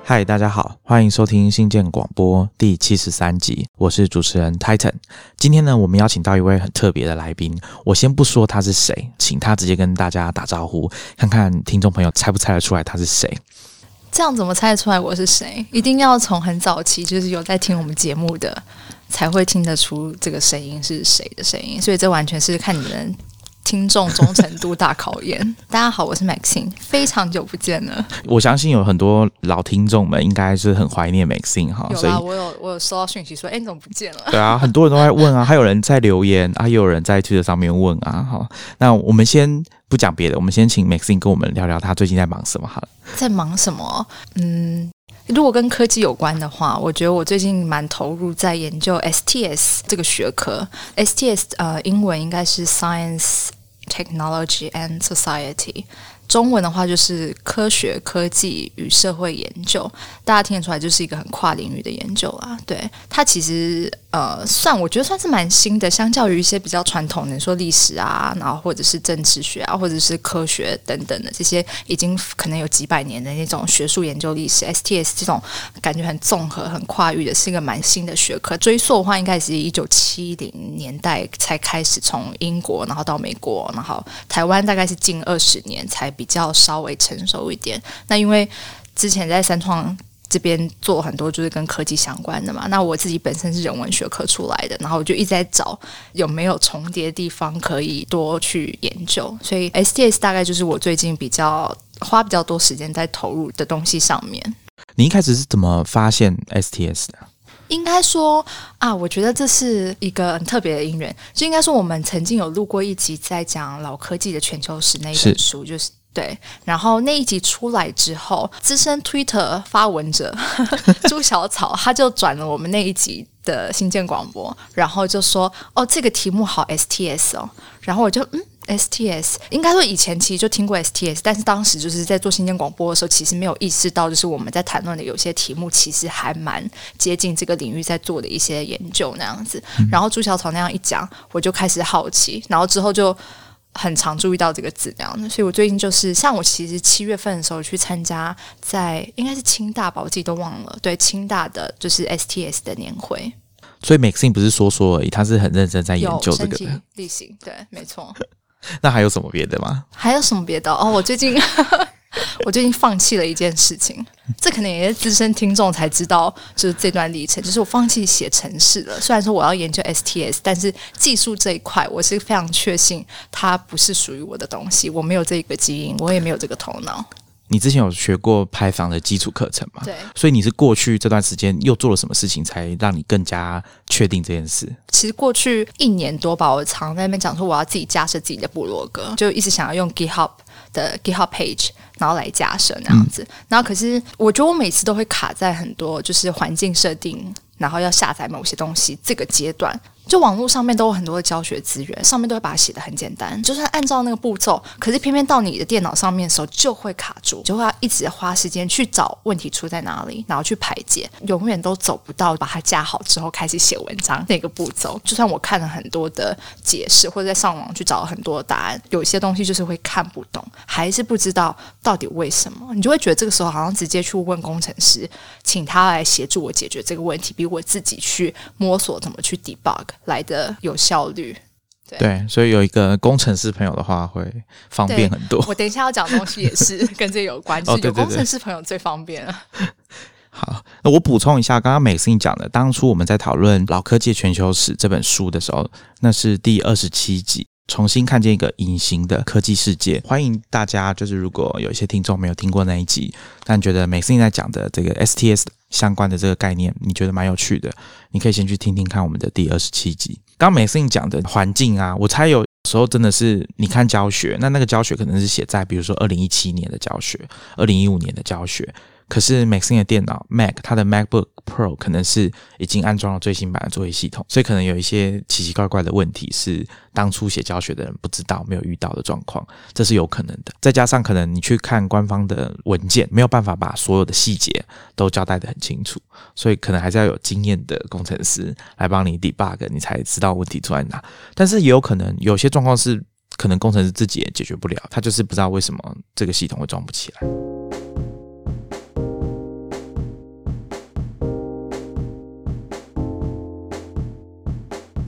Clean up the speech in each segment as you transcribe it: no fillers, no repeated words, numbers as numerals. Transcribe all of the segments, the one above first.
嗨，大家好，欢迎收听新建广播第73集，我是主持人 Titan。今天呢，我们邀请到一位很特别的来宾，我先不说他是谁，请他直接跟大家打招呼，看看听众朋友猜不猜得出来他是谁。 这样怎么猜得出来我是谁？一定要从很早期就是有在听我们节目的才会听得出这个声音是谁的声音，所以这完全是看你们听众忠诚度大考验。大家好，我是 Maxine， 非常久不见了。我相信有很多老听众们应该是很怀念 Maxine 哈。 有啦，我有收到讯息说，你怎么不见了？ 对啊，很多人都在问啊，还有人在留言啊，也有人在 Twitter 上面问啊。好，那我们先不讲别的，我们先请 Maxine 跟我们聊聊他最近在忙什么好了。 在忙什么？如果跟科技有关的话，我觉得我最近蛮投入在研究 STS 这个学科。STS 英文应该是 Science、Technology and Society， 中文的话就是科学、科技与社会研究。大家听得出来，就是一个很跨领域的研究啦。对，它其实我觉得算是蛮新的，相较于一些比较传统的，你说历史啊，然后或者是政治学啊，或者是科学等等的这些已经可能有几百年的那种学术研究历史 ，STS 这种感觉很综合、很跨域的，是一个蛮新的学科。追溯的话，应该是1970年代才开始从英国，然后到美国，然后台湾大概是近20年才比较稍微成熟一点。那因为之前在三创这边做很多就是跟科技相关的嘛，那我自己本身是人文学科出来的，然后我就一直在找有没有重叠的地方可以多去研究，所以 STS 大概就是我最近花比较多时间在投入的东西上面。 你一开始是怎么发现 STS 的？ 应该说我觉得这是一个很特别的因缘，就应该说我们曾经有录过一集在讲老科技的全球史那一本书，就是对，然后那一集出来之后，资深 Twitter 发文者朱小草他就转了我们那一集的新建广播，然后就说这个题目好 STS 哦，然后我就STS 应该说以前其实就听过 STS， 但是当时就是在做新建广播的时候，其实没有意识到就是我们在谈论的有些题目其实还蛮接近这个领域在做的一些研究那样子。然后朱小草那样一讲，我就开始好奇，然后之后就很常注意到这个字那样的，所以我最近就是像我其实7月份的时候去参加在应该是清大吧，我自己都忘了，对，清大的就是 STS 的年会。 所以 Maxine 不是说而已，他是很认真在研究这个的， 有身体力行，对，没错。 那还有什么别的吗？ 还有什么别的我最近放弃了一件事情，这可能也是资深听众才知道，就是这段历程，就是我放弃写程式了。虽然说我要研究 STS， 但是技术这一块我是非常确信它不是属于我的东西，我没有这个基因，我也没有这个头脑。 你之前有学过Python的基础课程吗？ 对， 所以你是过去这段时间又做了什么事情才让你更加确定这件事？ 其实过去1年多吧，我常在那边讲说我要自己架设自己的部落格，就一直想要用 GitHub 的 GitHub page 然后来架设那样子。然后可是我觉得我每次都会卡在很多就是环境设定，然后要下载某些东西这个阶段。就网络上面都有很多的教学资源，上面都会把它写得很简单，就算按照那个步骤，可是偏偏到你的电脑上面的时候就会卡住，就会要一直花时间去找问题出在哪里，然后去排解，永远都走不到把它架好之后开始写文章那个步骤。就算我看了很多的解释，或者在上网去找很多的答案，有一些东西就是会看不懂，还是不知道到底为什么，你就会觉得这个时候好像直接去问工程师，请他来协助我解决这个问题，比我自己去摸索怎么去 debug来的有效率。 对，所以有一个工程师朋友的话会方便很多。 我等一下要讲的东西也是跟这有关，就是有工程师朋友最方便了。 好，那我补充一下，刚刚Maxine讲的，当初我们在讨论《老科技全球史》这本书的时候，那是第27集，重新看见一个隐形的科技世界。欢迎大家，就是如果有一些听众没有听过那一集，但觉得Maxine在讲的这个 STS 相关的这个概念你觉得蛮有趣的，你可以先去听听看我们的第27集。刚刚Maxine讲的环境啊，我猜有时候真的是你看教学，那个教学可能是写在比如说2017年的教学，2015年的教学，可是 Maxine 的电脑 Mac 它的 MacBook Pro 可能是已经安装了最新版的作业系统，所以可能有一些奇奇怪怪的问题是当初写教学的人不知道没有遇到的状况，这是有可能的。再加上可能你去看官方的文件，没有办法把所有的细节都交代得很清楚，所以可能还是要有经验的工程师来帮你 debug， 你才知道问题出在哪。但是也有可能有些状况是可能工程师自己也解决不了，他就是不知道为什么这个系统会装不起来。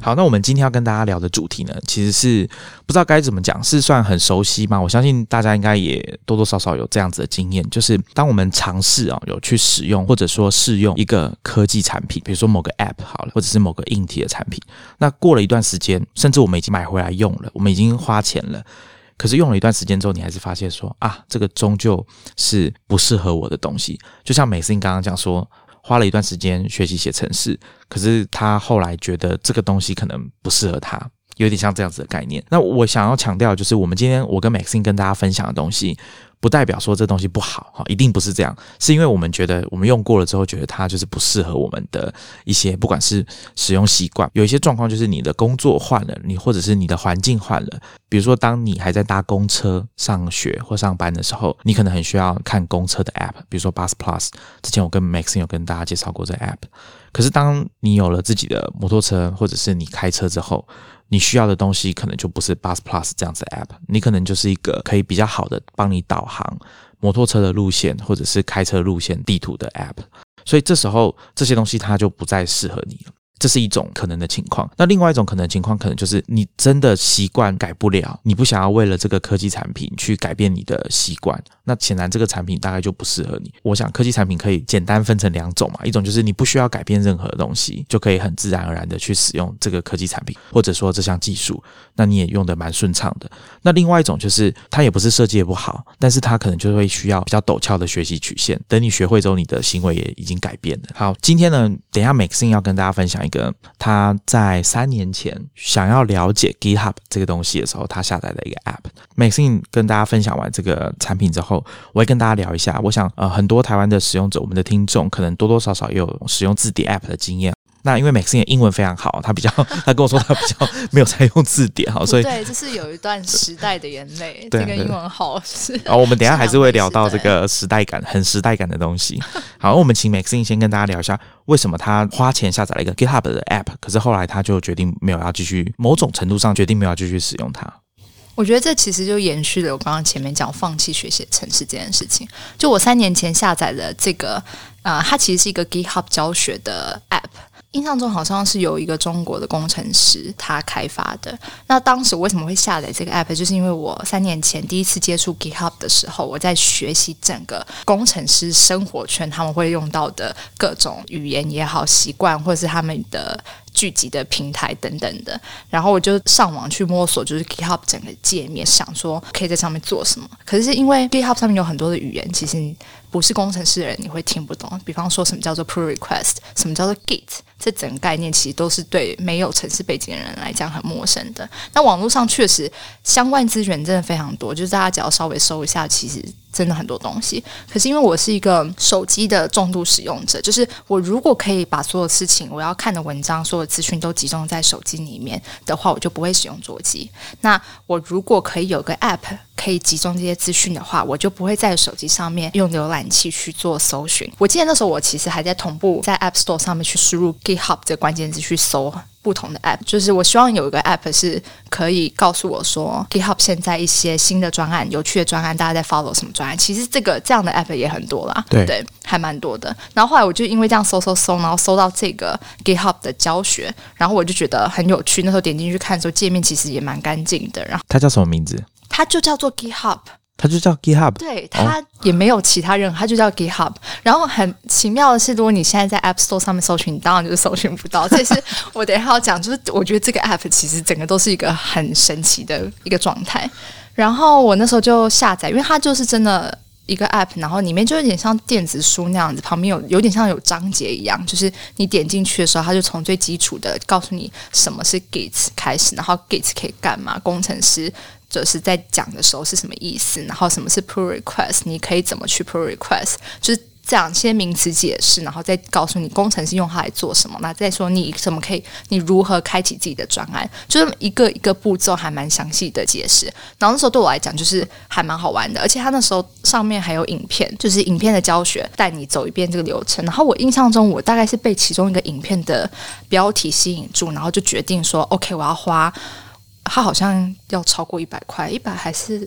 好，那我们今天要跟大家聊的主题呢，其实是不知道该怎么讲，是算很熟悉吗？我相信大家应该也多多少少有这样子的经验，就是当我们尝试有去使用或者说试用一个科技产品，比如说某个 App 好了，或者是某个硬体的产品，那过了一段时间，甚至我们已经买回来用了，我们已经花钱了，可是用了一段时间之后，你还是发现说这个终究是不适合我的东西。就像美心刚刚讲说，花了一段时间学习写程式，可是他后来觉得这个东西可能不适合他，有点像这样子的概念。那我想要强调就是，我们今天我跟 Maxine 跟大家分享的东西，不代表说这东西不好，一定不是这样，是因为我们觉得我们用过了之后，觉得它就是不适合我们的一些不管是使用习惯，有一些状况就是你的工作换了，你或者是你的环境换了，比如说当你还在搭公车上学或上班的时候，你可能很需要看公车的 App， 比如说 Bus Plus， 之前我跟 Maxine 有跟大家介绍过这个 App， 可是当你有了自己的摩托车或者是你开车之后，你需要的东西可能就不是 Bus Plus 这样子的 App， 你可能就是一个可以比较好的帮你导航摩托车的路线或者是开车路线地图的 App， 所以这时候这些东西它就不再适合你了。这是一种可能的情况。那另外一种可能的情况，可能就是你真的习惯改不了，你不想要为了这个科技产品去改变你的习惯，那显然这个产品大概就不适合你。我想科技产品可以简单分成两种嘛，一种就是你不需要改变任何东西，就可以很自然而然的去使用这个科技产品，或者说这项技术，那你也用得蛮顺畅的。那另外一种就是它也不是设计也不好，但是它可能就会需要比较陡峭的学习曲线，等你学会之后，你的行为也已经改变了。好，今天呢，等一下 Maxine 要跟大家分享一个他在3年前想要了解 GitHub 这个东西的时候，他下载的一个 App。Maxine 跟大家分享完这个产品之后，我会跟大家聊一下。我想很多台湾的使用者，我们的听众可能多多少少也有使用字典 App 的经验。那因为 Maxine 的英文非常好，他跟我说他比较没有在用字典，好，所以对，这是有一段时代的眼泪，这跟英文好是。 我们等一下还是会聊到这个时代感，很时代感的东西。好，我们请 Maxine 先跟大家聊一下，为什么他花钱下载了一个 GitHub 的 App， 可是后来他就决定没有要继续，某种程度上决定没有要继续使用它。 我觉得这其实就延续了我刚刚前面讲放弃学习程式这件事情。就我3年前下载的这个，它其实是一个 GitHub 教学的 App。印象中好像是有一个中国的工程师他开发的。那当时为什么会下载这个 app， 就是因为我3年前第一次接触 GitHub 的时候，我在学习整个工程师生活圈他们会用到的各种语言也好、习惯，或者是他们的聚集的平台等等的，然后我就上网去摸索，就是 GitHub 整个界面，想说可以在上面做什么。可是因为 GitHub 上面有很多的语言，其实不是工程师的人你会听不懂。比方说什么叫做 pull request， 什么叫做 Git， 这整个概念其实都是对没有程式背景的人来讲很陌生的。那网络上确实相关资源真的非常多，就是大家只要稍微搜一下，其实真的很多东西。可是因为我是一个手机的重度使用者，就是我如果可以把所有事情我要看的文章所有资讯都集中在手机里面的话，我就不会使用桌机。那我如果可以有个 App 可以集中这些资讯的话，我就不会在手机上面用浏览器去做搜寻。我记得那时候我其实还在同步在 App Store 上面去输入 GitHub 这个关键字去搜不同的 App， 就是我希望有一个 App 是可以告诉我说 GitHub 现在一些新的专案、有趣的专案，大家在 follow 什么专案。其实这样的 App 也很多啦，对，还蛮多的。然后后来我就因为这样搜，然后搜到这个 GitHub 的教学，然后我就觉得很有趣。那时候点进去看的时候，界面其实也蛮干净的。然后它叫什么名字？ 它就叫做 GitHub。 它就叫 GitHub， 对，它也没有其他任何，它就叫 GitHub。然后很奇妙的是，如果你现在在 App Store 上面搜寻，你当然就是搜寻不到。这是我等一下要讲，就是我觉得这个 App 其实整个都是一个很神奇的一个状态。然后我那时候就下载，因为它就是真的一个 App， 然后里面就有点像电子书那样子，旁边有点像有章节一样，就是你点进去的时候，它就从最基础的告诉你什么是 Git 开始，然后 Git 可以干嘛，工程师就是在讲的时候是什么意思，然后什么是 pull request， 你可以怎么去 pull request， 就是这样些名词解释，然后再告诉你工程师用它来做什么，那再说你怎么可以，你如何开启自己的专案，就是一个一个步骤还蛮详细的解释。然后那时候对我来讲就是还蛮好玩的，而且他那时候上面还有影片，就是影片的教学，带你走一遍这个流程。然后我印象中我大概是被其中一个影片的标题吸引住，然后就决定说 OK， 我要花，它好像要超过100块，100还是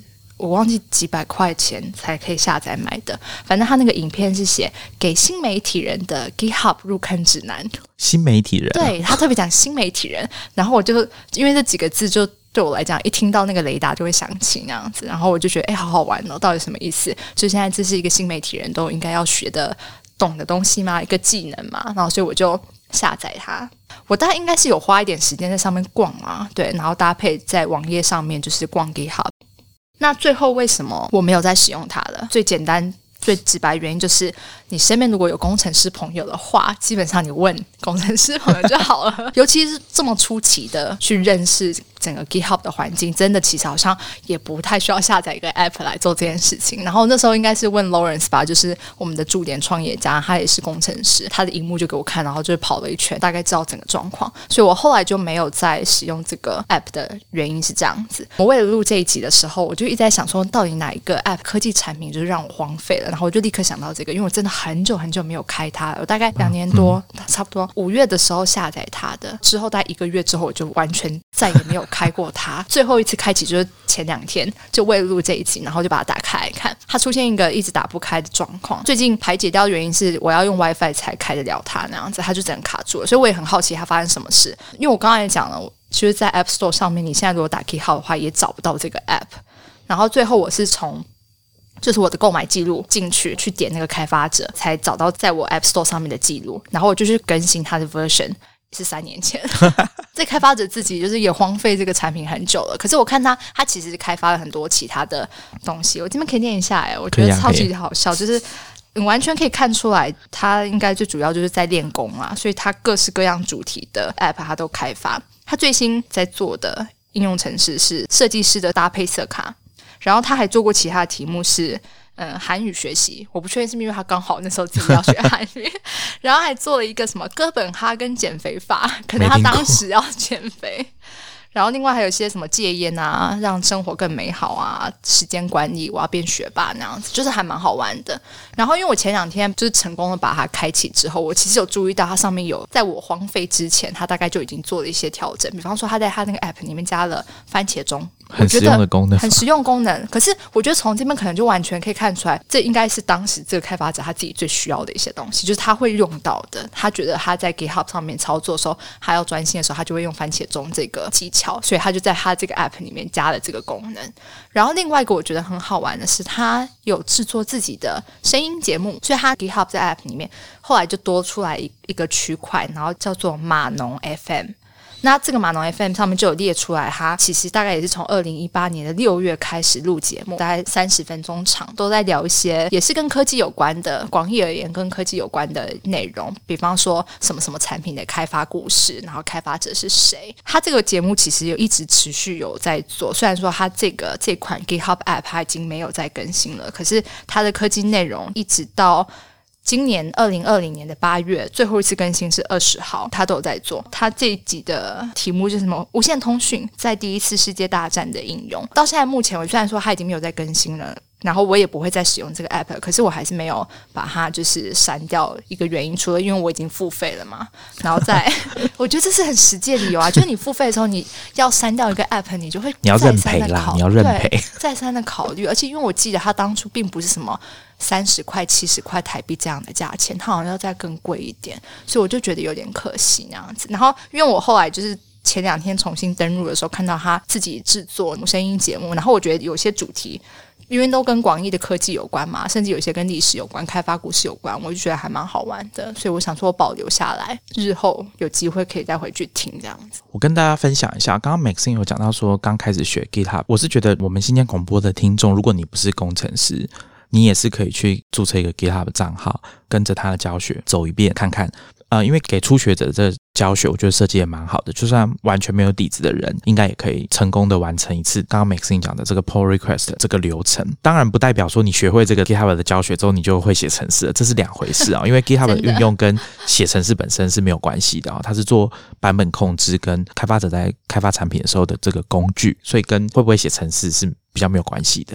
我忘记几百块钱才可以下载买的，反正他那个影片是写给新媒体人的 GitHub 入坑指南。 新媒体人， 对，他特别讲新媒体人，然后我就因为这几个字就对我来讲，一听到那个雷达就会响起那样子，然后我就觉得好好玩哦，到底什么意思？就现在这是一个新媒体人都应该要学的懂的东西吗？一个技能嘛，然后所以我就下载它。我大概应该是有花一点时间在上面逛嘛，对，然后搭配在网页上面就是逛 GitHub。那最后为什么我没有再使用它了？最简单最直白的原因就是你身边如果有工程师朋友的话，基本上你问工程师朋友就好了尤其是这么初期的去认识整个 GitHub 的环境，真的其实好像也不太需要下载一个 App 来做这件事情。然后那时候应该是问 Lawrence 吧，就是我们的驻点创业家，他也是工程师，他的荧幕就给我看，然后就跑了一圈，大概知道整个状况。所以我后来就没有再使用这个 App 的原因是这样子。我为了录这一集的时候，我就一直在想说到底哪一个 App 科技产品就是让我荒废了，然后我就立刻想到这个，因为我真的很久很久没有开它了，我大概2年多，差不多5月的时候下载它的，之后大概1个月之后我就完全再也没有开过它最后一次开启就是前2天，就为了录这一集，然后就把它打开来看，它出现一个一直打不开的状况。最近排解掉的原因是我要用 WiFi 才开得了它，那样子它就整个卡住了，所以我也很好奇它发生什么事。因为我刚刚也讲了，其实在 App Store 上面，你现在如果打 GitHub 的话也找不到这个 App。然后最后我是从就是我的购买记录进去点那个开发者，才找到在我 App Store 上面的记录，然后我就去更新它的 version。是3年前这开发者自己就是也荒废这个产品很久了，可是我看他其实开发了很多其他的东西，我这边可以念一下我觉得超级好笑，就是你完全可以看出来他应该最主要就是在练功啊，所以他各式各样主题的 App 他都开发。他最新在做的应用程式是设计师的搭配色卡，然后他还做过其他的题目是韩语学习，我不确定是因为他刚好那时候自己要学韩语然后还做了一个什么哥本哈根减肥法，可能他当时要减肥然后另外还有一些什么戒烟啊，让生活更美好啊，时间管理，我要变学霸那样子，就是还蛮好玩的。然后因为我前2天就是成功的把它开启之后，我其实有注意到它上面有在我荒废之前它大概就已经做了一些调整，比方说它在它那个 App 里面加了番茄钟， 很实用的功能， 很实用功能。可是我觉得从这边可能就完全可以看出来，这应该是当时这个开发者他自己最需要的一些东西，就是他会用到的。他觉得他在 GitHub 上面操作的时候，他要专心的时候，他就会用番茄钟这个技巧，所以他就在他这个 App 里面加了这个功能。然后另外一个我觉得很好玩的是，他有制作自己的声音节目，所以他 GitHub 在 App 里面后来就多出来一个区块，然后叫做码农 FM。那这个码农 FM 上面就有列出来，他其实大概也是从2018年的6月开始录节目，大概30分钟长，都在聊一些也是跟科技有关的，广义而言跟科技有关的内容，比方说什么什么产品的开发故事，然后开发者是谁。他这个节目其实有一直持续有在做，虽然说他这款 GitHub App 他已经没有再更新了，可是他的科技内容一直到今年2020年的8月最后一次更新是20号，他都有在做。他这一集的题目就是什么无线通讯在第一次世界大战的应用。到现在目前我虽然说他已经没有在更新了，然后我也不会再使用这个 app， 可是我还是没有把它就是删掉，一个原因除了因为我已经付费了嘛，然后再我觉得这是很实际的理由啊，就是你付费的时候你要删掉一个 app， 你就会你要认赔啦，你要认赔， 再三的考虑。而且因为我记得他当初并不是什么30块70块台币这样的价钱，它好像要再更贵一点，所以我就觉得有点可惜那样子。然后因为我后来就是前2天重新登入的时候看到他自己制作声音节目，然后我觉得有些主题因为都跟广义的科技有关嘛，甚至有些跟历史有关，开发故事有关，我就觉得还蛮好玩的，所以我想说我保留下来，日后有机会可以再回去听这样子。 我跟大家分享一下，刚刚 Maxine 有讲到说刚开始学 GitHub， 我是觉得我们今天广播的听众，如果你不是工程师，你也是可以去注册一个 GitHub 的账号，跟着他的教学走一遍看看。因为给初学者的这个教学我觉得设计也蛮好的，就算完全没有底子的人应该也可以成功的完成一次刚刚 Maxine 讲的这个 pull request 这个流程。当然不代表说你学会这个 GitHub 的教学之后你就会写程式了，这是2回事啊。因为 GitHub 的运用跟写程式本身是没有关系的啊，它是做版本控制跟开发者在开发产品的时候的这个工具，所以跟会不会写程式是比较没有关系的。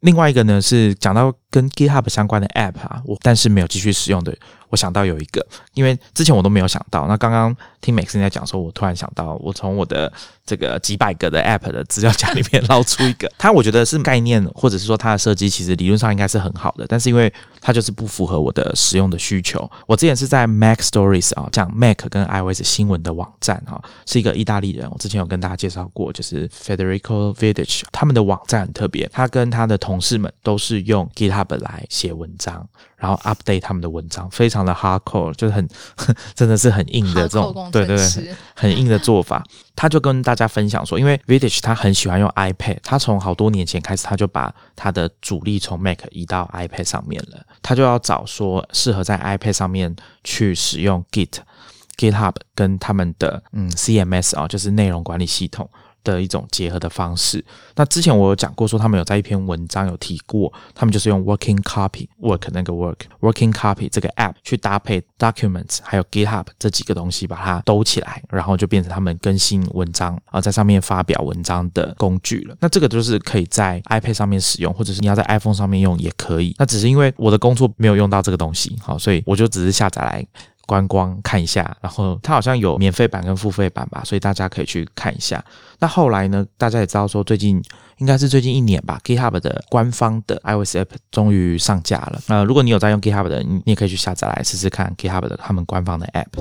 另外一个呢是讲到跟 GitHub 相关的 App 啊，但是没有继续使用的，我想到有一个，因为之前我都没有想到，那刚刚听 Maxine 在讲说，我突然想到，我从我的这个几百个的 App 的资料夹里面捞出一个，它我觉得是概念或者是说它的设计其实理论上应该是很好的，但是因为它就是不符合我的使用的需求。我之前是在 Mac Stories 啊，讲 Mac 跟 iOS 新闻的网站啊，是一个意大利人，我之前有跟大家介绍过，就是 Federico Vidic， 他们的网站很特别，他跟他的同事们都是用 GitHub 来写文章，然后 update 他们的文章，非常的 hardcore， 就是很真的是很硬的这种，对对对，很硬的做法。他就跟大家分享说，因为 Vidic 他很喜欢用 iPad， 他从好多年前开始，他就把他的主力从 Mac 移到 iPad 上面了，他就要找说适合在 iPad 上面去使用 GitHub 跟他们的CMS 啊，就是内容管理系统的一种结合的方式。那之前我有讲过说，他们有在一篇文章有提过，他们就是用 Working Copy Work 那个 Working Copy 这个 App 去搭配 Documents 还有 GitHub 这几个东西把它兜起来，然后就变成他们更新文章在上面发表文章的工具了。那这个就是可以在 iPad 上面使用，或者是你要在 iPhone 上面用也可以。那只是因为我的工作没有用到这个东西，好，所以我就只是下载来观光看一下，然后它好像有免费版跟付费版吧，所以大家可以去看一下。那后来呢，大家也知道说应该是最近1年吧， GitHub 的官方的 iOS App 终于上架了。如果你有在用 GitHub 的，你也可以去下载来试试看 GitHub 的他们官方的 App。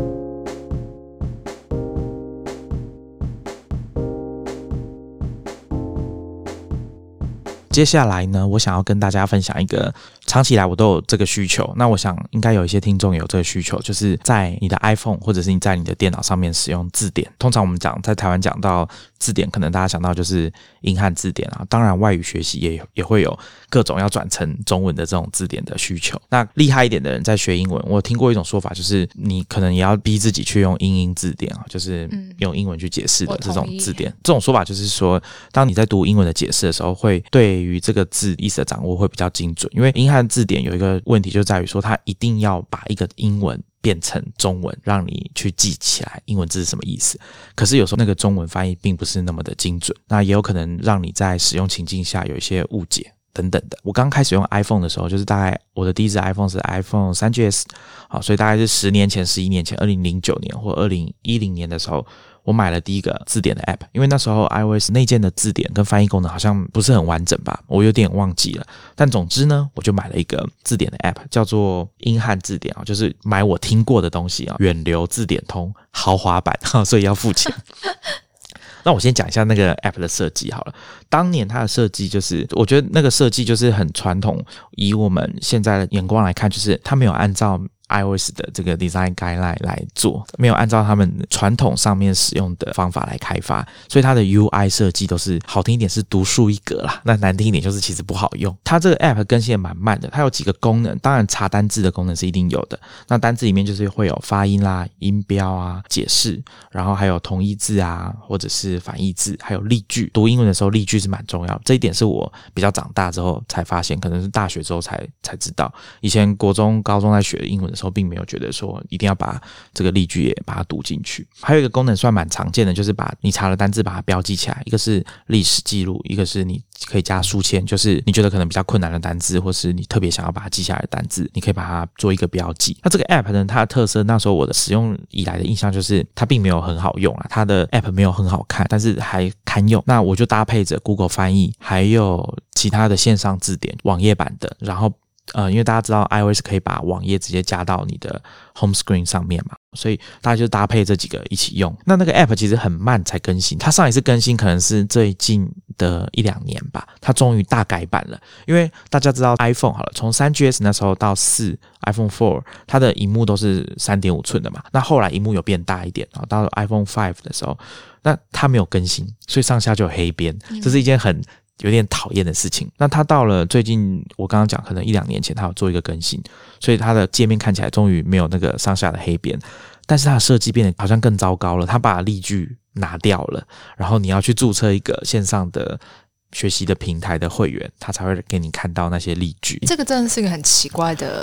接下来呢，我想要跟大家分享一个长期以来我都有这个需求，那我想应该有一些听众也有这个需求，就是在你的 iPhone 或者是你在你的电脑上面使用字典。通常我们在台湾讲到字典，可能大家想到就是英汉字典啊，当然外语学习也会有各种要转成中文的这种字典的需求。那厉害一点的人在学英文，我听过一种说法，就是你可能也要逼自己去用英英字典啊，就是用英文去解释的这种字典。这种说法就是说，当你在读英文的解释的时候，会对于这个字意思的掌握会比较精准。因为英汉字典有一个问题就在于说，它一定要把一个英文变成中文，让你去记起来英文字是什么意思。可是有时候那个中文翻译并不是那么的精准，那也有可能让你在使用情境下有一些误解等等的。我刚开始用 iPhone 的时候，就是大概我的第一支 iPhone 是 iPhone 3GS， 好，所以大概是10年前、11年前，2009年或2010年的时候，我买了第一个字典的 App， 因为那时候 iOS 内建的字典跟翻译功能好像不是很完整吧，我有点忘记了。但总之呢，我就买了一个字典的 App， 叫做英汉字典，就是买我听过的东西，远流字典通豪华版，所以要付钱。那我先讲一下那个 App 的设计好了。当年它的设计就是，我觉得那个设计就是很传统，以我们现在的眼光来看，就是它没有按照iOS 的这个 design guideline 来做，没有按照他们传统上面使用的方法来开发，所以它的 UI 设计都是好听一点是独树一格啦，那难听一点就是其实不好用。它这个 App 更新也蛮慢的，它有几个功能，当然查单字的功能是一定有的，那单字里面就是会有发音啦、音标啊、解释，然后还有同义字啊，或者是反义字，还有例句。读英文的时候例句是蛮重要的，这一点是我比较长大之后才发现，可能是大学之后才知道，以前国中、高中在学英文的时候并没有觉得说一定要把这个例句也把它读进去。还有一个功能算蛮常见的，就是把你查的单字把它标记起来，一个是历史记录，一个是你可以加书签，就是你觉得可能比较困难的单字，或是你特别想要把它记下来的单字，你可以把它做一个标记。那这个 App 呢，它的特色，那时候我的使用以来的印象就是它并没有很好用啦，它的 App 没有很好看，但是还堪用。那我就搭配着 Google 翻译还有其他的线上字典网页版的，然后因为大家知道 iOS 可以把网页直接加到你的 home screen 上面嘛，所以大家就搭配这几个一起用。那个 App 其实很慢才更新，它上一次更新可能是最近的1-2年吧，它终于大改版了。因为大家知道 iPhone 好了，从 3GS 那时候到4 iPhone 4，它的萤幕都是 3.5 寸的嘛，那后来萤幕有变大一点，然后到 iPhone 5的时候，那它没有更新，所以上下就有黑边，这是一件有点讨厌的事情。那它到了最近，我刚刚讲可能1-2年前它有做一个更新，所以它的界面看起来终于没有那个上下的黑边，但是它的设计变得好像更糟糕了，它把例句拿掉了，然后你要去注册一个线上的学习的平台的会员，它才会给你看到那些例句。 这个真的是一个很奇怪的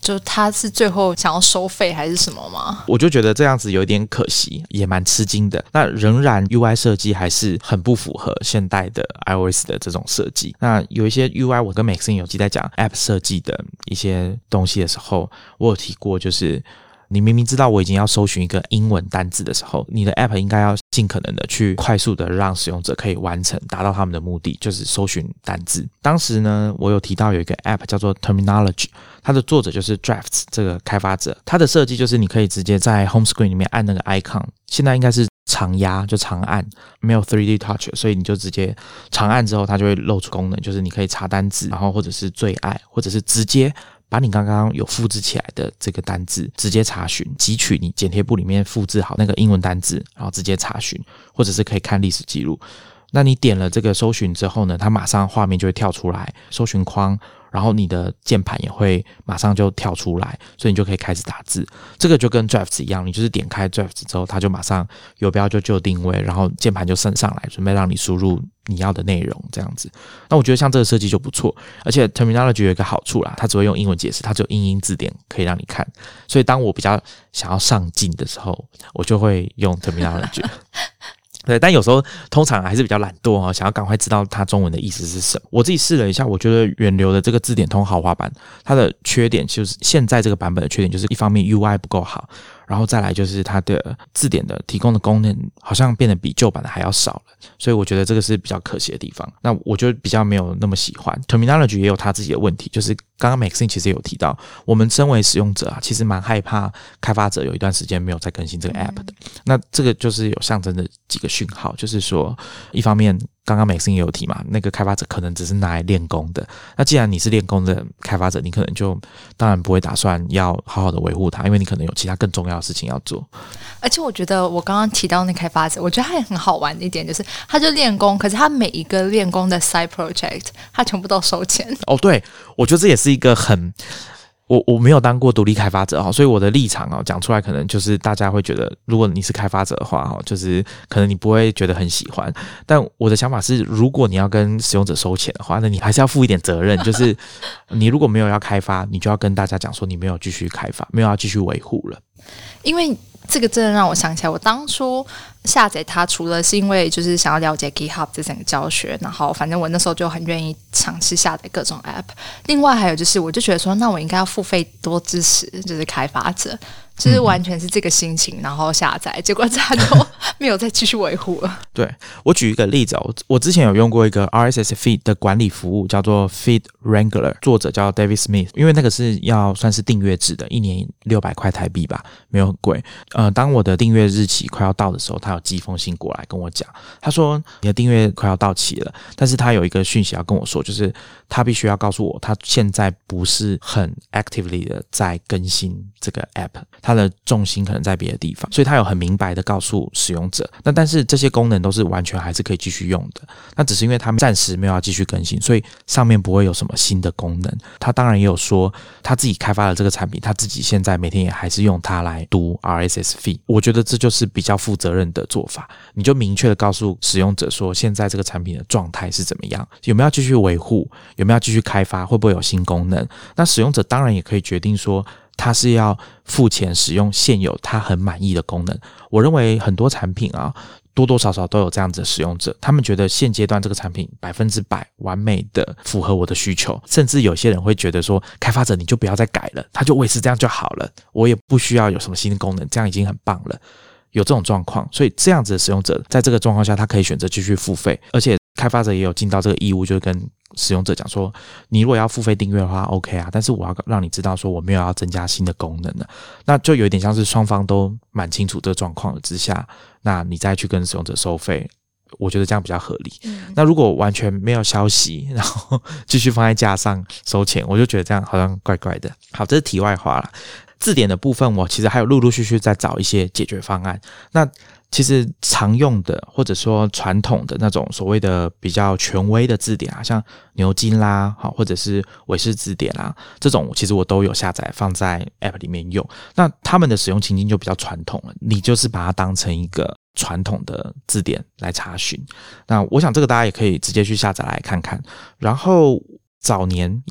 就他是最后想要收费还是什么吗？ 我就觉得这样子有一点可惜，也蛮吃惊的。那仍然 UI 设计还是很不符合现代的 iOS 的这种设计。那有一些 UI 我跟 Maxine 有在讲 App 设计的一些东西的时候，我有提过，就是你明明知道我已经要搜寻一个英文单字的时候，你的 App 应该要尽可能的去快速的让使用者可以完成，达到他们的目的，就是搜寻单字。当时呢，我有提到有一个 App 叫做 Terminology， 它的作者就是 Drafts 这个开发者，它的设计就是你可以直接在 Home Screen 里面按那个 icon， 现在应该是长压，就长按，没有 3D Touch， 所以你就直接长按之后，它就会露出功能，就是你可以查单字，然后或者是最爱，或者是直接把你刚刚有复制起来的这个单字直接查询，汲取你剪贴簿里面复制好那个英文单字，然后直接查询，或者是可以看历史记录。那你点了这个搜寻之后呢，它马上画面就会跳出来搜寻框，然后你的键盘也会马上就跳出来，所以你就可以开始打字。这个就跟 Drafts 一样，你就是点开 Drafts 之后，它就马上游标就定位，然后键盘就升上来，准备让你输入你要的内容这样子。那我觉得像这个设计就不错，而且 Terminology 有一个好处啦，它只会用英文解释，它只有英字典可以让你看。所以当我比较想要上进的时候，我就会用 Terminology 对，但有时候通常还是比较懒惰哦，想要赶快知道它中文的意思是什么。我自己试了一下，我觉得远流的这个字典通豪华版，它的缺点就是现在这个版本的缺点就是一方面 UI 不够好，然后再来就是它的字典的提供的功能好像变得比旧版的还要少了，所以我觉得这个是比较可惜的地方。那我就比较没有那么喜欢 Terminology 也有它自己的问题，就是刚刚 Maxine 其实也有提到，我们身为使用者啊，其实蛮害怕开发者有一段时间没有再更新这个 App 的。那这个就是有象征的几个讯号，就是说一方面刚刚 Maxine 也有提嘛，那个开发者可能只是拿来练功的。那既然你是练功的开发者，你可能就当然不会打算要好好的维护它，因为你可能有其他更重要的事情要做。 而且我觉得我刚刚提到那开发者，我觉得他也很好玩的一点就是，他就练功，可是他每一个练功的 side project， 他全部都收钱。 哦，对，我觉得这也是一个很。我没有当过独立开发者，所以我的立场讲出来可能就是大家会觉得，如果你是开发者的话，就是可能你不会觉得很喜欢。但我的想法是，如果你要跟使用者收钱的话，那你还是要负一点责任，就是你如果没有要开发，你就要跟大家讲说你没有继续开发，没有要继续维护了。 因为这个真的让我想起来，我当初下载它除了是因为就是想要了解 GitHub 这整个教学，然后反正我那时候就很愿意尝试下载各种 App。另外还有就是我就觉得说，那我应该要付费多支持就是开发者，就是完全是这个心情，然后下载，结果他就没有再继续维护了。 对，我举一个例子我之前有用过一个 RSS feed 的管理服务，叫做 Feed Wrangler， 作者叫 David Smith， 因为那个是要算是订阅制的，一年600块台币吧，没有很贵。当我的订阅日期快要到的时候，他有寄封信过来跟我讲，他说你的订阅快要到期了，但是他有一个讯息要跟我说，就是他必须要告诉我，他现在不是很 actively 的在更新这个 app， 他的重心可能在别的地方，所以他有很明白的告诉使用者。那但是这些功能都是完全还是可以继续用的，那只是因为他们暂时没有要继续更新，所以上面不会有什么新的功能。他当然也有说他自己开发的这个产品，他自己现在每天也还是用它来读 RSS feed。我觉得这就是比较负责任的做法，你就明确的告诉使用者说现在这个产品的状态是怎么样，有没有要继续维护，有没有要继续开发，会不会有新功能。那使用者当然也可以决定说他是要付钱使用现有他很满意的功能。我认为很多产品多多少少都有这样子的使用者，他们觉得现阶段这个产品100%完美的符合我的需求，甚至有些人会觉得说，开发者你就不要再改了，它就维持这样就好了，我也不需要有什么新的功能，这样已经很棒了。有这种状况，所以这样子的使用者在这个状况下，他可以选择继续付费，而且开发者也有尽到这个义务，就是跟使用者讲说，你如果要付费订阅的话 OK 啊，但是我要让你知道说我没有要增加新的功能了，那就有点像是双方都蛮清楚这个状况之下，那你再去跟使用者收费，我觉得这样比较合理。那如果完全没有消息，然后继续放在架上收钱，我就觉得这样好像怪怪的。好，这是题外话啦。字典的部分我其实还有陆陆续续在找一些解决方案。那其实常用的或者说传统的那种所谓的比较权威的字典像牛津啦或者是韦氏字典啦，这种其实我都有下载放在 App 里面用。那他们的使用情境就比较传统了，你就是把它当成一个传统的字典来查询。那我想这个大家也可以直接去下载来看看。然后早年也是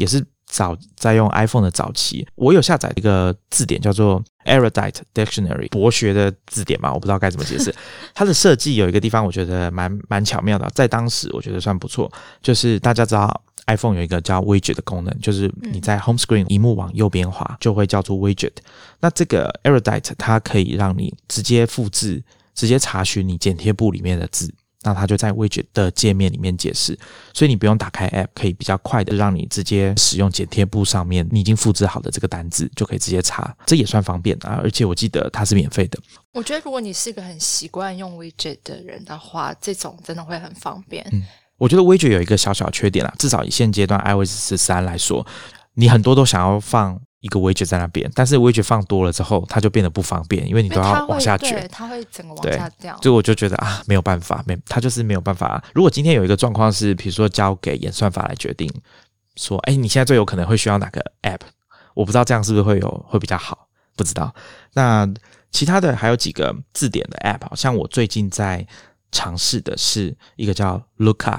在用 iPhone 的早期，我有下载一个字典叫做 Erudite Dictionary 博学的字典嘛，我不知道该怎么解释。它的设计有一个地方我觉得蛮巧妙的，在当时我觉得算不错，就是大家知道 iPhone 有一个叫 Widget 的功能，就是你在 Home Screen 萤幕往右边滑就会叫做 Widget。那这个 Erudite 它可以让你直接复制、直接查询你剪贴簿里面的字。那它就在 widget 的界面里面解释，所以你不用打开 app， 可以比较快的让你直接使用剪贴簿上面你已经复制好的这个单字，就可以直接查，这也算方便啊！而且我记得它是免费的。 我觉得如果你是一个很习惯用 widget 的人的话，这种真的会很方便。 我觉得 widget 有一个小小缺点啦，至少以现阶段 iOS 13来说，你很多都想要放一个 widget 在那边，但是 widget 放多了之后，它就变得不方便，因为你都要往下卷， 它会整个往下掉。 所以我就觉得没有办法，它就是没有办法。如果今天有一个状况是，比如说交给演算法来决定，说，你现在最有可能会需要哪个 app， 我不知道这样是不是会比较好，不知道。那其他的还有几个字典的 app， 好像我最近在尝试的是一个叫 Lookup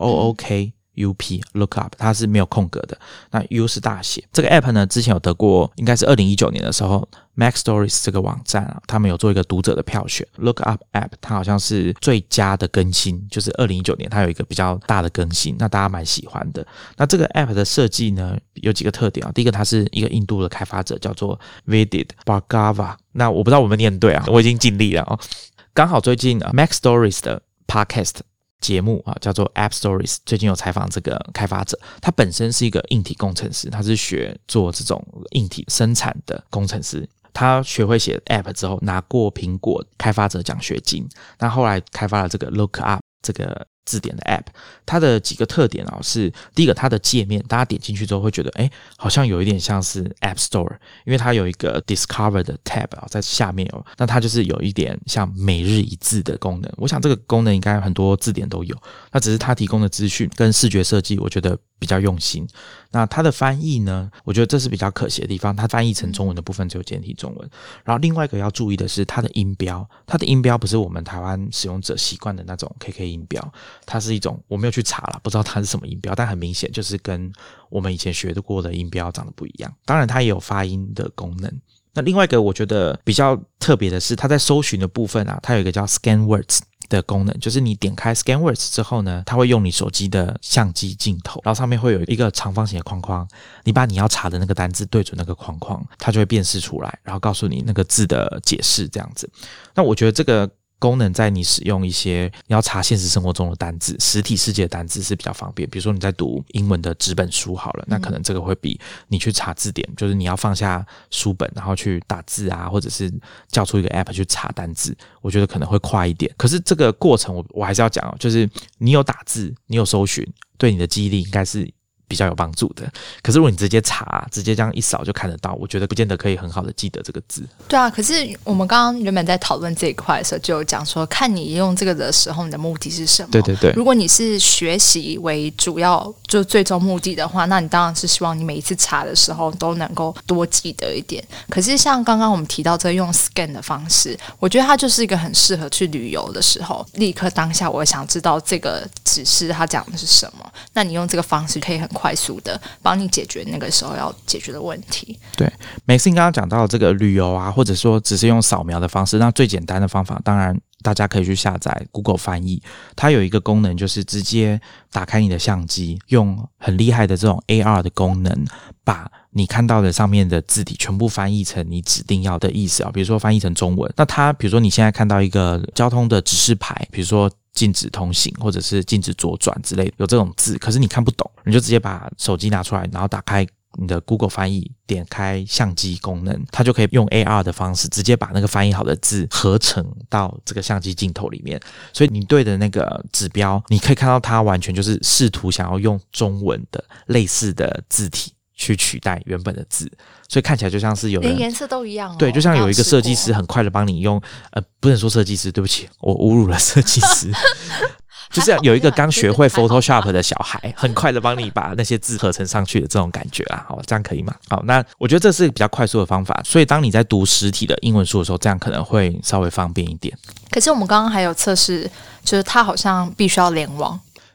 LOOKUP Lookup， 它是没有空格的，那 U 是大写。这个 app 呢，之前有得过，应该是2019年的时候 MacStories 这个网站他们有做一个读者的票选。Lookup app 它好像是最佳的更新，就是2019年它有一个比较大的更新，那大家蛮喜欢的。那这个 app 的设计呢，有几个特点第一个，它是一个印度的开发者，叫做 Vidit Bhargava， 那我不知道我们念对我已经尽力了刚好最近MacStories 的 Podcast节目叫做 App Stories， 最近有采访这个开发者，他本身是一个硬体工程师，他是学做这种硬体生产的工程师。他学会写 App 之后，拿过苹果开发者奖学金，那后来开发了这个 Lookup 这个字典的 App。 它的几个特点是第一个，它的界面大家点进去之后会觉得好像有一点像是 App Store， 因为它有一个 Discover 的 tab 在下面那它就是有一点像每日一字的功能。我想这个功能应该很多字典都有，那只是它提供的资讯跟视觉设计我觉得比较用心。那它的翻译呢，我觉得这是比较可惜的地方，它翻译成中文的部分只有简体中文。然后另外一个要注意的是它的音标，它的音标不是我们台湾使用者习惯的那种 KK 音标，它是一种我没有去查啦，不知道它是什么音标，但很明显就是跟我们以前学过的音标长得不一样。当然它也有发音的功能。那另外一个我觉得比较特别的是，它在搜寻的部分它有一个叫 Scan Words的功能，就是你点开 Scan Words 之后呢，它会用你手机的相机镜头，然后上面会有一个长方形的框框，你把你要查的那个单字对准那个框框，它就会辨识出来，然后告诉你那个字的解释这样子。那我觉得这个功能在你使用一些你要查现实生活中的单字，实体世界的单字是比较方便。比如说你在读英文的纸本书好了，那可能这个会比你去查字典，就是你要放下书本然后去打字或者是叫出一个 app 去查单字，我觉得可能会快一点。可是这个过程我还是要讲就是你有打字，你有搜寻，对你的记忆力应该是比较有帮助的。可是如果你直接查，直接这样一扫就看得到，我觉得不见得可以很好的记得这个字。 对啊，可是我们刚刚原本在讨论这一块的时候就有讲说，看你用这个的时候你的目的是什么。 对对对， 如果你是学习为主要就最终目的的话，那你当然是希望你每一次查的时候都能够多记得一点。可是像刚刚我们提到这个用 scan 的方式，我觉得它就是一个很适合去旅游的时候，立刻当下我想知道这个指示它讲的是什么，那你用这个方式可以很快速的帮你解决那个时候要解决的问题。 对，Maxine 刚刚讲到这个旅游或者说只是用扫描的方式，那最简单的方法当然大家可以去下载 Google 翻译，它有一个功能就是直接打开你的相机，用很厉害的这种 AR 的功能，把你看到的上面的字体全部翻译成你指定要的意思比如说翻译成中文。那它比如说你现在看到一个交通的指示牌，比如说禁止通行或者是禁止左转之类的，有这种字，可是你看不懂，你就直接把手机拿出来，然后打开你的 Google 翻译，点开相机功能，它就可以用 AR 的方式直接把那个翻译好的字合成到这个相机镜头里面。所以你对的那个指标，你可以看到它完全就是试图想要用中文的类似的字体去取代原本的字，所以看起来就像是有人连颜色都一样对，就像有一个设计师很快的帮你用不能说设计师，对不起，我侮辱了设计师就是有一个刚学会 Photoshop 的小孩很快的帮你把那些字合成上去的这种感觉啦。好，这样可以吗？好，那我觉得这是比较快速的方法，所以当你在读实体的英文书的时候，这样可能会稍微方便一点。 可是我们刚刚还有测试，就是它好像必须要联网。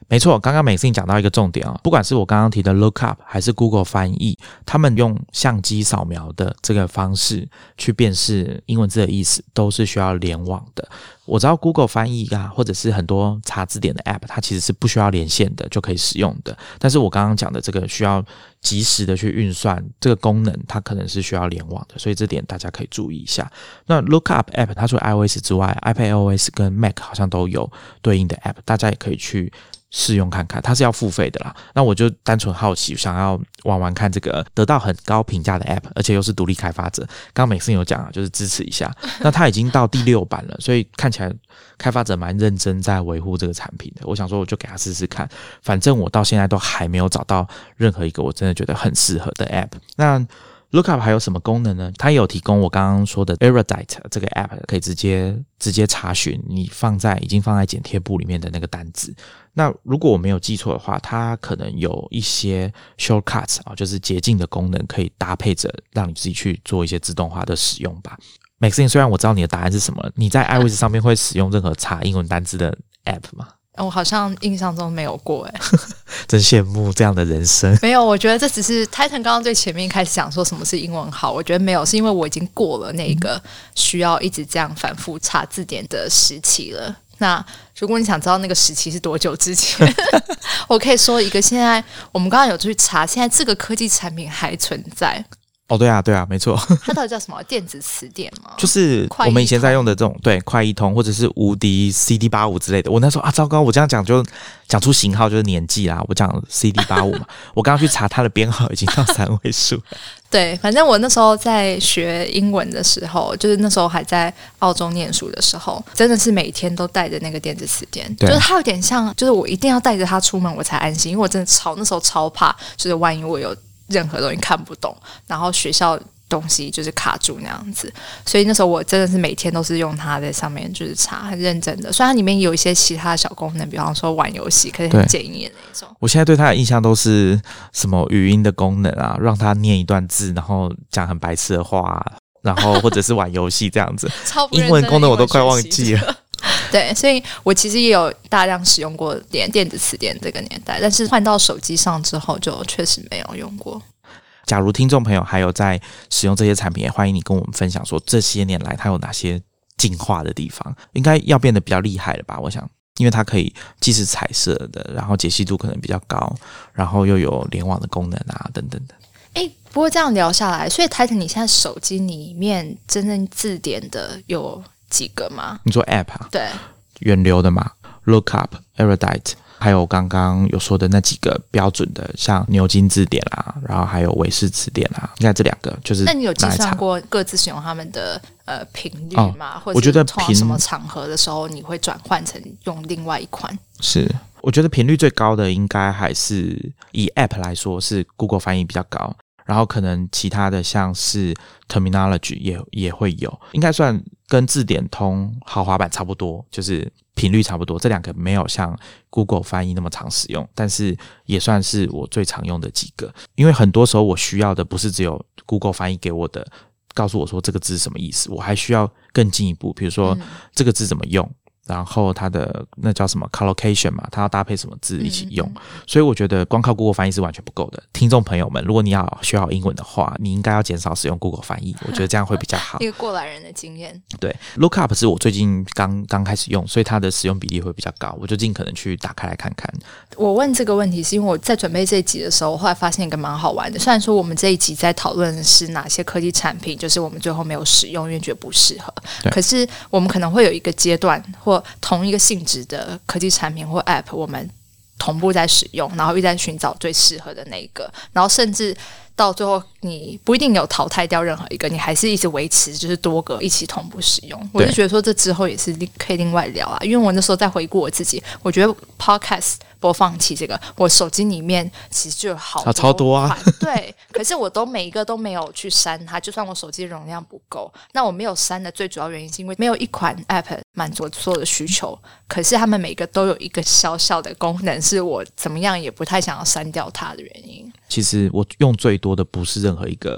没错，刚刚美心讲到一个重点哦，不管是我刚刚提的 Lookup 还是 Google 翻译，他们用相机扫描的这个方式去辨识英文字的意思，都是需要联网的。我知道 Google 翻译啊，或者是很多查字典的 App， 它其实是不需要连线的就可以使用的。但是我刚刚讲的这个需要及时的去运算这个功能，它可能是需要联网的，所以这点大家可以注意一下。那 Lookup App 它除了 iOS 之外 iPadOS 跟 Mac 好像都有对应的 App， 大家也可以去试用看看，它是要付费的啦。那我就单纯好奇，想要玩玩看这个得到很高评价的 App， 而且又是独立开发者。刚刚美心有讲啊，就是支持一下。那它已经到第6版了，所以看起来开发者蛮认真在维护这个产品的。我想说，我就给他试试看。反正我到现在都还没有找到任何一个我真的觉得很适合的 App。那Lookup 还有什么功能呢？它也有提供我刚刚说的 Erudite 这个 App， 可以直接查询你已经放在剪贴簿里面的那个单字。那如果我没有记错的话，它可能有一些 shortcuts 就是捷径的功能，可以搭配着让你自己去做一些自动化的使用吧。Maxine， 虽然我知道你的答案是什么，你在 iOS 上面会使用任何查英文单字的 App 吗？ 我好像印象中没有过真羡慕这样的人生。 没有，我觉得这只是 Titan 刚刚最前面开始讲说什么是英文好，我觉得没有，是因为我已经过了那个需要一直这样反复查字典的时期了。那如果你想知道那个时期是多久之前我可以说一个，现在我们刚刚有去查，现在这个科技产品还存在。 哦，对啊，没错。 它到底叫什么？电子词典吗？ 就是我们以前在用的这种，对，快译通或者是无敌 CD85 之类的。我那时候糟糕，我这样讲就讲出型号就是年纪啦。我讲 CD85 嘛，我刚刚去查它的编号已经到3位数了。 对，反正我那时候在学英文的时候，就是那时候还在澳洲念书的时候，真的是每天都带着那个电子词典，就是它有点像，就是我一定要带着它出门我才安心，因为我真的那时候超怕，就是万一我有任何东西看不懂，然后学校东西就是卡住那样子，所以那时候我真的是每天都是用它在上面就是查，很认真的。虽然它里面有一些其他的小功能，比方说玩游戏，可是很简易的那种。 我现在对它的印象都是什么语音的功能啊，让它念一段字，然后讲很白痴的话啊，然后或者是玩游戏这样子。英文功能我都快忘记了。 对，所以我其实也有大量使用过电子词典这个年代，但是换到手机上之后就确实没有用过。 假如听众朋友还有在使用这些产品，也欢迎你跟我们分享说这些年来它有哪些进化的地方，应该要变得比较厉害了吧，我想。因为它可以既是彩色的，然后解析度可能比较高，然后又有联网的功能啊等等的。 不过这样聊下来，所以 Titan 你现在手机里面真正字典的有几个吗？ 你说 App 啊？ 对， 源流的嘛 ，Lookup、Erudite， 还有刚刚有说的那几个标准的，像牛津字典啦，然后还有韦氏词典啦，应该这2个就是。那你有计算过各自使用他们的频率吗？或者我觉得碰到什么场合的时候，你会转换成用另外一款？ 是，我觉得频率最高的应该还是以 App 来说是 Google 翻译比较高。然后可能其他的像是 Terminology 也会有，应该算跟字典通豪华版差不多，就是频率差不多。这2个没有像 Google 翻译那么常使用，但是也算是我最常用的几个。因为很多时候我需要的不是只有 Google 翻译给我的，告诉我说这个字是什么意思，我还需要更进一步，比如说这个字怎么用。然后它的那叫什么 collocation 嘛，它要搭配什么字一起用，所以我觉得光靠 Google 翻译是完全不够的。听众朋友们，如果你要学好英文的话，你应该要减少使用 Google 翻译，我觉得这样会比较好。 一个过来人的经验。对 ，Lookup 是我最近刚开始用，所以它的使用比例会比较高，我就尽可能去打开来看看。 我问这个问题是因为我在准备这一集的时候，我后来发现一个蛮好玩的。虽然说我们这一集在讨论的是哪些科技产品，就是我们最后没有使用，因为觉得不适合。可是我们可能会有一个阶段或同一个性质的科技产品或 App， 我们同步在使用，然后一直在寻找最适合的那一个，然后甚至到最后你不一定有淘汰掉任何一个，你还是一直维持就是多个一起同步使用。我就觉得说这之后也是可以另外聊啊，因为我那时候在回顾我自己，我觉得 Podcast 播放器这个我手机里面其实就有好多超多啊， 对，可是我每一个都没有去删它，就算我手机容量不够，那我没有删的最主要原因是因为没有一款 App 满足所有的需求，可是他们每个都有一个小小的功能是我怎么样也不太想要删掉它的原因。 其实我用最多的不是任何一个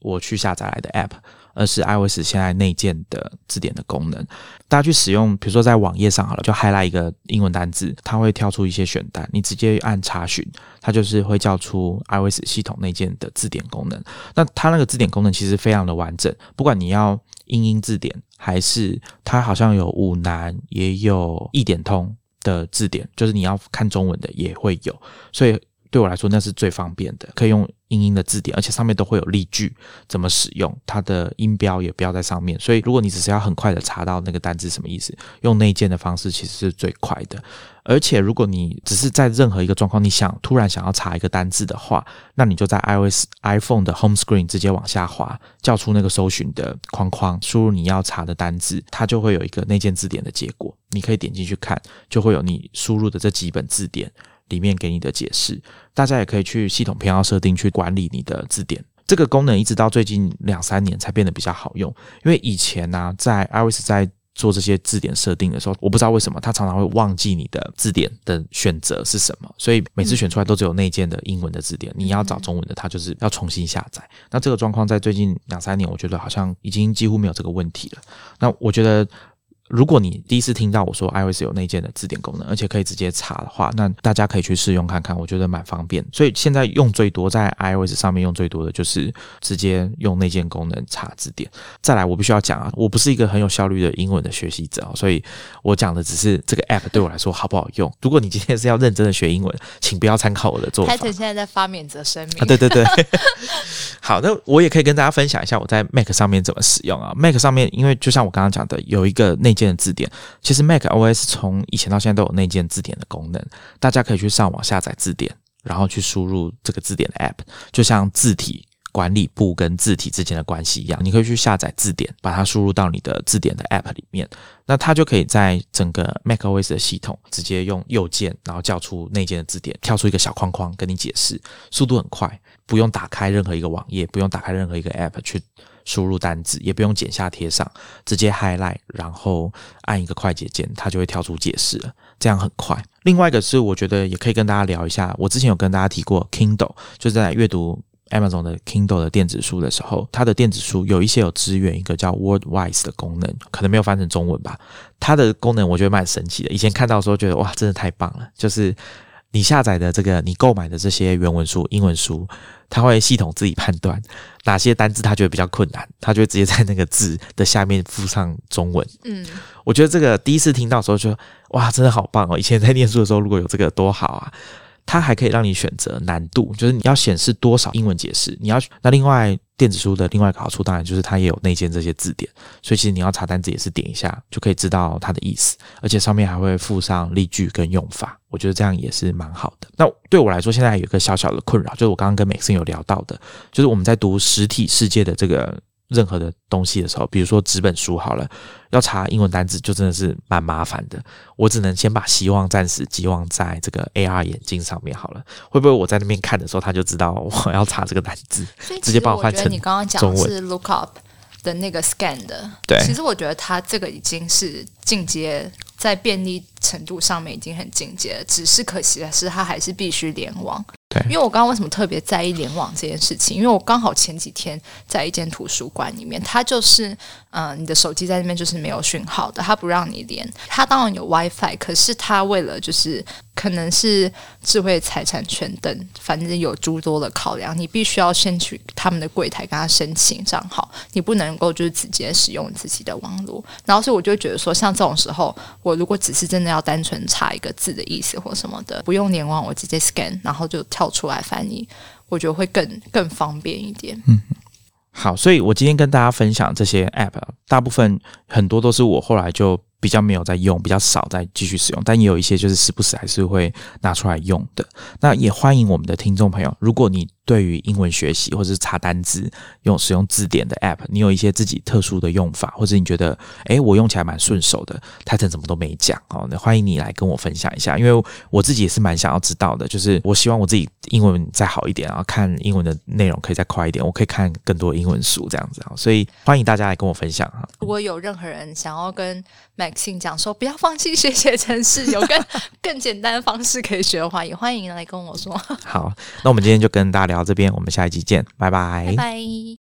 我去下载来的 App， 而是 iOS 现在内建的字典的功能。大家去使用，比如说在网页上好了，就 highlight 一个英文单字，它会跳出一些选单，你直接按查询，它就是会叫出 iOS 系统内建的字典功能。那它那个字典功能其实非常的完整，不管你要英字典，还是它好像有五南，也有一点通的字典，就是你要看中文的也会有，所以对我来说那是最方便的，可以用英的字典，而且上面都会有例句怎么使用，它的音标也标在上面，所以如果你只是要很快的查到那个单字什么意思，用内建的方式其实是最快的。而且如果你只是在任何一个状况你突然想要查一个单字的话，那你就在 iPhone 的 Home Screen 直接往下滑，叫出那个搜寻的框框，输入你要查的单字，它就会有一个内建字典的结果，你可以点进去看，就会有你输入的这几本字典里面给你的解释。大家也可以去系统偏好设定去管理你的字典，这个功能一直到最近2-3年才变得比较好用。因为以前在 iOS 在做这些字典设定的时候，我不知道为什么它常常会忘记你的字典的选择是什么，所以每次选出来都只有内建的英文的字典，你要找中文的它就是要重新下载。那这个状况在最近2-3年我觉得好像已经几乎没有这个问题了。那我觉得如果你第一次听到我说 iOS 有内建的字典功能，而且可以直接查的话，那大家可以去试用看看，我觉得蛮方便。所以现在用最多，在 iOS 上面用最多的就是直接用内建功能查字典。再来我必须要讲我不是一个很有效率的英文的学习者，所以我讲的只是这个 App 对我来说好不好用。如果你今天是要认真的学英文，请不要参考我的做法。 Titan 现在在发免责声明对对对好，那我也可以跟大家分享一下我在 Mac 上面怎么使用Mac 上面因为就像我刚刚讲的有一个内建的字典，其实 Mac OS 从以前到现在都有内建字典的功能，大家可以去上网下载字典，然后去输入这个字典的 App， 就像字体管理部跟字体之间的关系一样，你可以去下载字典，把它输入到你的字典的 App 里面，那它就可以在整个 macOS 的系统直接用右键，然后叫出内建的字典，跳出一个小框框跟你解释，速度很快，不用打开任何一个网页，不用打开任何一个 App 去输入单字，也不用剪下贴上，直接 highlight 然后按一个快捷键，它就会跳出解释了，这样很快。另外一个是我觉得也可以跟大家聊一下，我之前有跟大家提过 Kindle， 就是在阅读Amazon 的 Kindle 的电子书的时候，它的电子书有一些有支援一个叫 WordWise 的功能，可能没有翻成中文吧。它的功能我觉得蛮神奇的，以前看到的时候觉得哇真的太棒了，就是你下载的你购买的这些原文书英文书，它会系统自己判断哪些单字它觉得比较困难，它就会直接在那个字的下面附上中文。我觉得这个第一次听到的时候就哇真的好棒以前在念书的时候如果有这个多好它还可以让你选择难度，就是你要显示多少英文解释，那另外电子书的另外一个好处当然就是它也有内建这些字典，所以其实你要查单字也是点一下就可以知道它的意思，而且上面还会附上例句跟用法，我觉得这样也是蛮好的。那对我来说现在有一个小小的困扰，就是我刚刚跟Maxine有聊到的，就是我们在读实体世界的这个任何的东西的时候，比如说纸本书好了，要查英文单字就真的是蛮麻烦的，我只能先把希望暂时寄望在这个 AR 眼镜上面好了，会不会我在那边看的时候他就知道我要查这个单字，直接帮我换成中文。 你刚刚讲的是 lookup 的那个 scan 的， 对， 其实我觉得它这个已经是进阶，在便利程度上面已经很进阶了，只是可惜的是它还是必须联网。因为我刚刚为什么特别在意联网这件事情，因为我刚好前几天在一间图书馆里面，它就是你的手机在那边就是没有讯号的，它不让你连，它当然有 WiFi， 可是它为了就是可能是智慧财产权等反正有诸多的考量，你必须要先去他们的柜台跟他申请账号，你不能够就是直接使用自己的网络。然后所以我就觉得说像这种时候，我如果只是真的要单纯查一个字的意思或什么的，不用联网，我直接 scan 然后就跳出来翻译，我觉得会更方便一点。 好，所以我今天跟大家分享这些 App， 大部分很多都是我后来就比较没有在用，比较少在继续使用，但也有一些就是时不时还是会拿出来用的。那也欢迎我们的听众朋友，如果你对于英文学习或者是查单字使用字典的 App， 你有一些自己特殊的用法，或者你觉得我用起来蛮顺手的， Titan 怎么都没讲那欢迎你来跟我分享一下，因为我自己也是蛮想要知道的，就是我希望我自己英文再好一点，然后看英文的内容可以再快一点，我可以看更多英文书这样子，所以欢迎大家来跟我分享。 如果有任何人想要跟 Maxine 讲说不要放弃学写程式，有更简单的方式可以学的话，也欢迎来跟我说。 好，那我们今天就跟大家聊到这边，我们下一集见，拜拜。 拜拜。